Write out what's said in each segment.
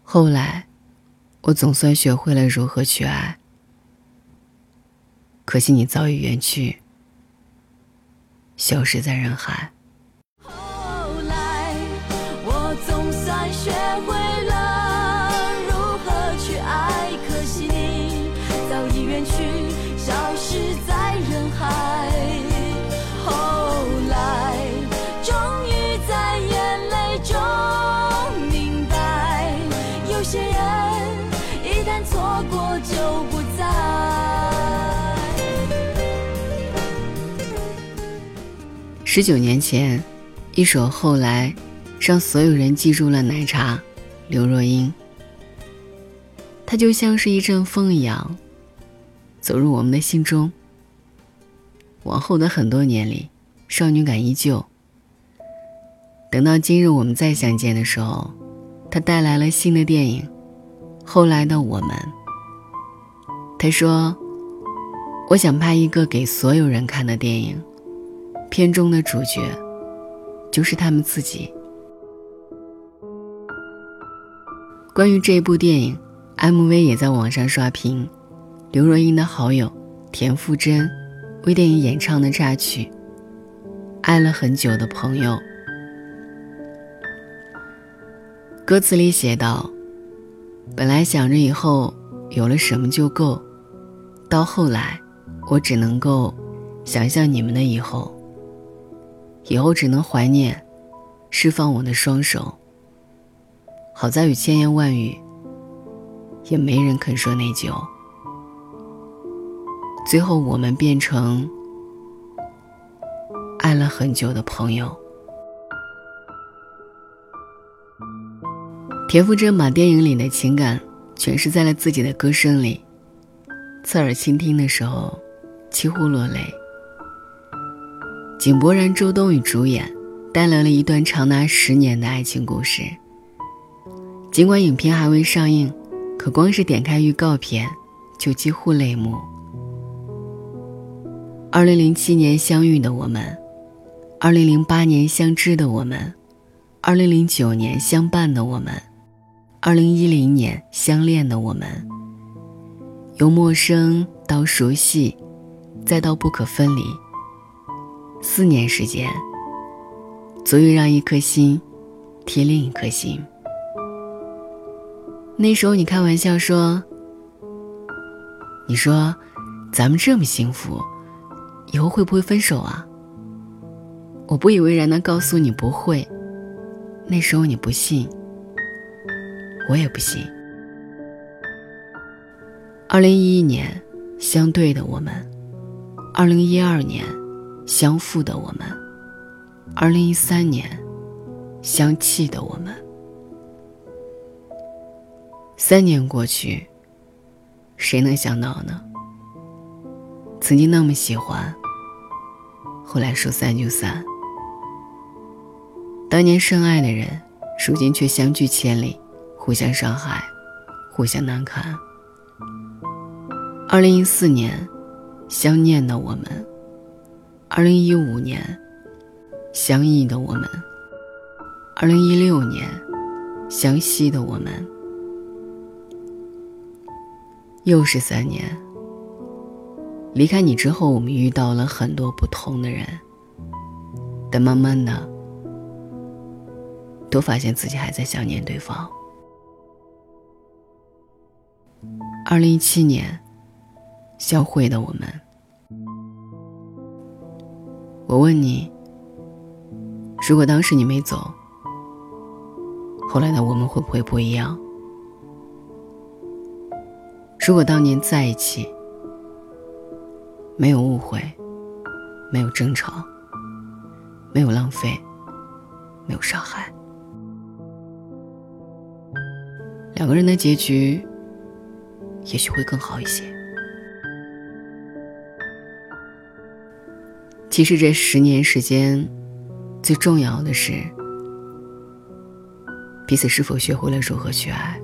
后来我总算学会了如何去爱，可惜你早已远去，消失在人海。 后来我总算学会了如何去爱，可惜你早已远去，消失在人海。后来终于在眼泪中明白，有些人一旦错过就不再。 19年前，一首《后来》让所有人记住了奶茶刘若英。她就像是一阵风一样，走入我们的心中。往后的很多年里，少女感依旧。等到今日我们再相见的时候，她带来了新的电影《后来的我们》。她说，我想拍一个给所有人看的电影，片中的主角就是他们自己。关于这一部电影， MV 也在网上刷屏，刘若英的好友田馥甄为电影演唱的插曲《爱了很久的朋友》。歌词里写道，本来想着以后有了什么就够，到后来我只能够想象你们的以后，以后只能怀念，释放我的双手。好在有千言万语，也没人肯说内疚。最后我们变成爱了很久的朋友。田馥甄把电影里的情感诠释在了自己的歌声里，侧耳倾听的时候几乎落泪。井柏然、周冬雨主演，带来了一段长达10年的爱情故事。尽管影片还未上映，可光是点开预告片就几乎泪目。2007年相遇的我们，2008年相知的我们，2009年相伴的我们，2010年相恋的我们，由陌生到熟悉，再到不可分离，4年时间足以让一颗心贴另一颗心。那时候你开玩笑说，你说咱们这么幸福，以后会不会分手啊？我不以为然地告诉你不会，那时候你不信，我也不信。2011年相对的我们，2012年相负的我们，2013年相弃的我们。3年过去，谁能想到呢？曾经那么喜欢，后来说散就散。当年深爱的人，如今却相距千里，互相伤害，互相难堪。2014年相念的我们，2015年相忆的我们，2016年相惜的我们，又是3年。离开你之后，我们遇到了很多不同的人，但慢慢的都发现自己还在想念对方。2017年相会的我们，我问你，如果当时你没走，后来的我们会不会不一样？如果当年在一起，没有误会，没有争吵，没有浪费，没有伤害，两个人的结局也许会更好一些。其实这10年时间，最重要的是彼此是否学会了如何去爱。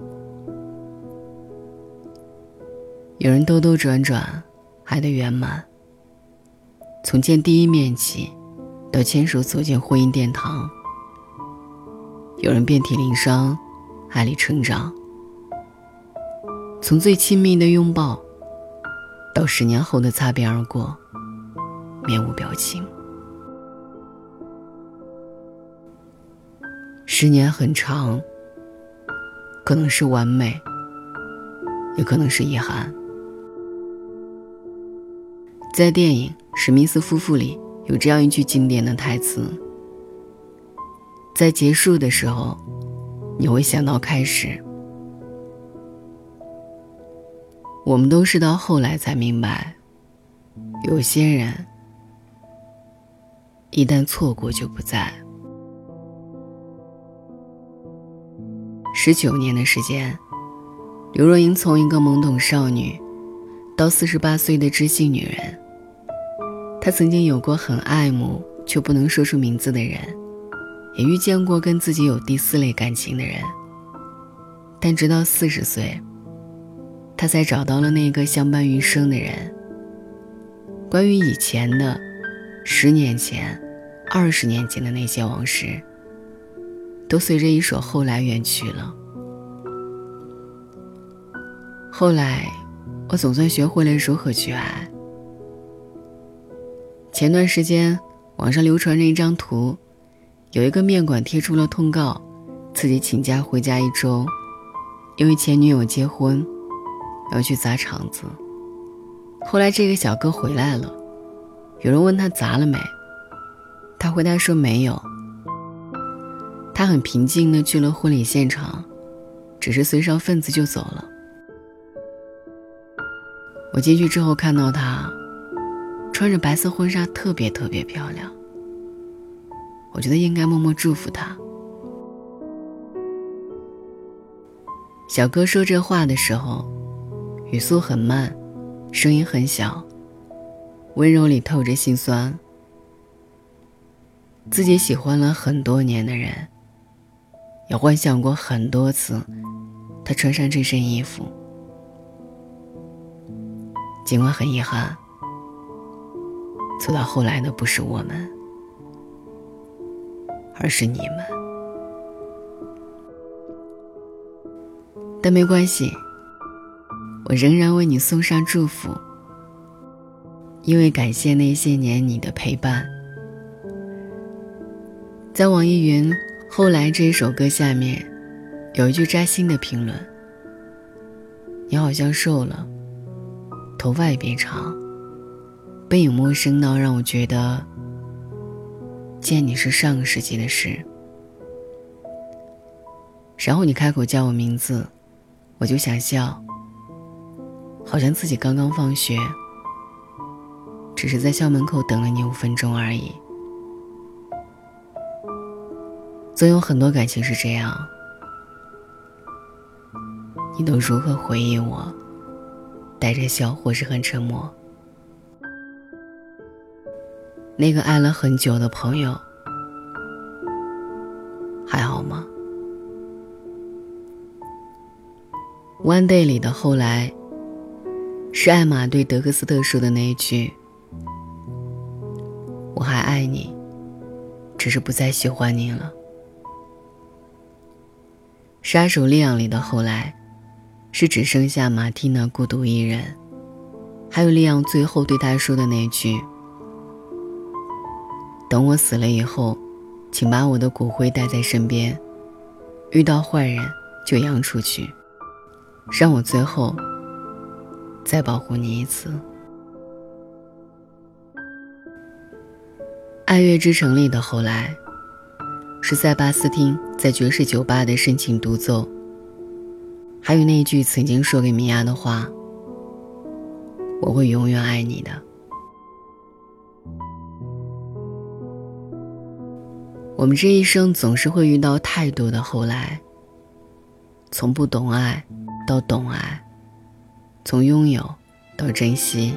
有人兜兜转转爱得圆满，从见第一面起到牵手走进婚姻殿堂。有人遍体鳞伤爱里成长。从最亲密的拥抱到10年后的擦边而过，面无表情。10年很长，可能是完美，也可能是遗憾。在电影《史密斯夫妇》里有这样一句经典的台词，在结束的时候，你会想到开始。我们都是到后来才明白，有些人一旦错过就不在。19年的时间，刘若英从一个懵懂少女到48岁的知性女人。她曾经有过很爱慕却不能说出名字的人，也遇见过跟自己有第4类感情的人，但直到40岁，她才找到了那个相伴余生的人。关于以前的10年前、20年前的那些往事，都随着一首后来远去了。后来我总算学会了如何去爱。前段时间网上流传着一张图，有一个面馆贴出了通告，自己请假回家1周，因为前女友结婚要去砸场子。后来这个小哥回来了，有人问他砸了没，他回答说没有。他很平静地去了婚礼现场，只是随上份子就走了。我进去之后看到他穿着白色婚纱，特别漂亮，我觉得应该默默祝福他。小哥说这话的时候语速很慢，声音很小，温柔里透着心酸。自己喜欢了很多年的人，也幻想过很多次他穿上这身衣服。尽管很遗憾，走到后来的不是我们，而是你们。但没关系，我仍然为你送上祝福，因为感谢那些年你的陪伴。在网易云后来这一首歌下面有一句扎心的评论：你好像瘦了，头发也变长，背影陌生到让我觉得见你是上个世纪的事。然后你开口叫我名字，我就想笑，好像自己刚刚放学，只是在校门口等了你5分钟而已。总有很多感情是这样，你都如何回应我，带着笑或是很沉默。那个爱了很久的朋友还好吗？ One Day 里的后来是艾玛对德克斯特说的那一句：我还爱你，只是不再喜欢你了。杀手利昂里的后来是只剩下马蒂娜孤独一人，还有利昂最后对他说的那句：等我死了以后，请把我的骨灰带在身边，遇到坏人就扬出去，让我最后再保护你一次。爱乐之城里的后来是塞巴斯汀在爵士酒吧的深情独奏，还有那句曾经说给米娅的话：我会永远爱你的。我们这一生总是会遇到太多的后来，从不懂爱到懂爱，从拥有到珍惜。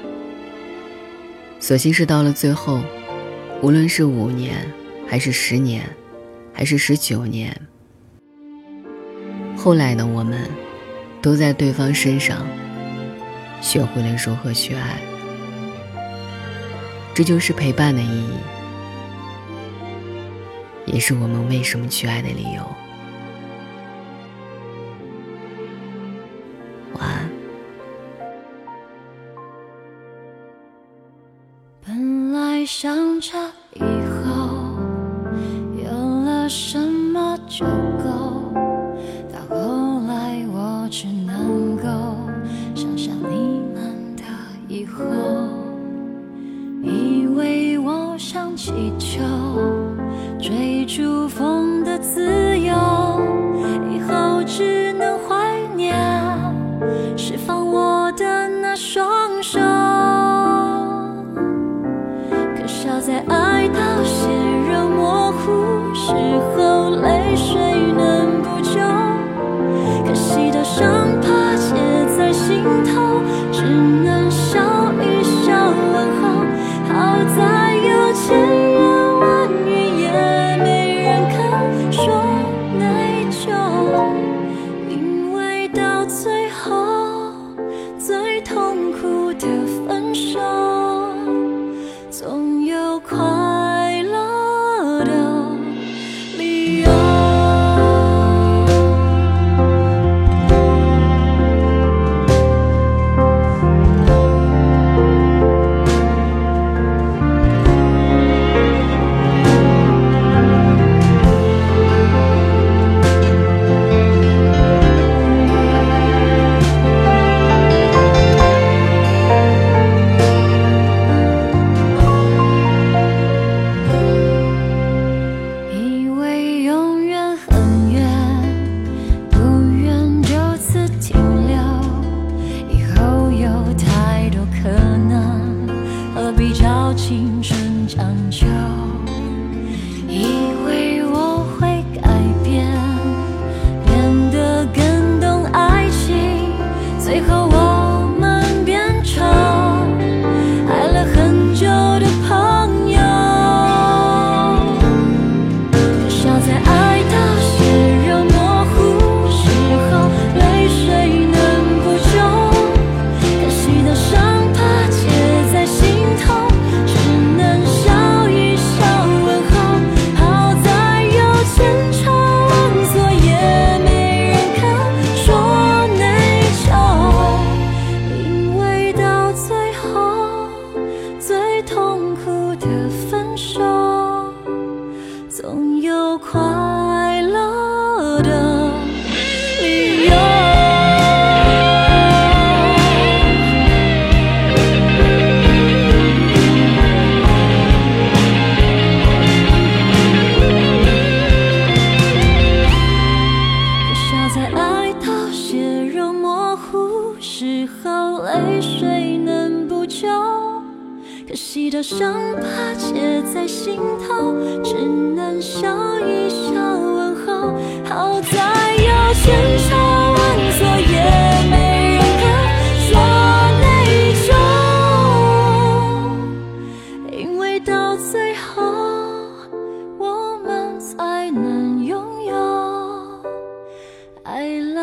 所幸是到了最后，无论是5年还是10年还是19年，后来的我们都在对方身上学会了如何去爱。这就是陪伴的意义，也是我们为什么去爱的理由。 为想着以后有了什么就够，到后来我只能够想象你们的以后，以为我像气球追逐风的自由，以后只能怀念释放我的那双手，可笑在爱到血肉模糊时候，泪水能补救，可惜的伤疤结在心头，只能笑一笑问候，好在有千言万语也没人肯说内疚，因为到最后最痛苦的分手，总有快乐的理由。以为永远很远，不愿就此停留，以后有太多可能，何必找青春将就，以为我会改变，变得更懂爱情，最后我们变成爱了很久的朋友，可笑在爱到血肉模糊时候，泪水能补救，可惜的伤疤结在心头，只能笑一笑问候，好在有千差万错也没人肯说内疚，因为到最后最痛苦的分手，总有快乐的理由。可笑在爱到血肉模糊时候，泪水能补救，可惜的伤疤结在心头，只能笑一笑问候，好在有千差万错也没人肯说内疚，因为到最后我们才能拥有爱了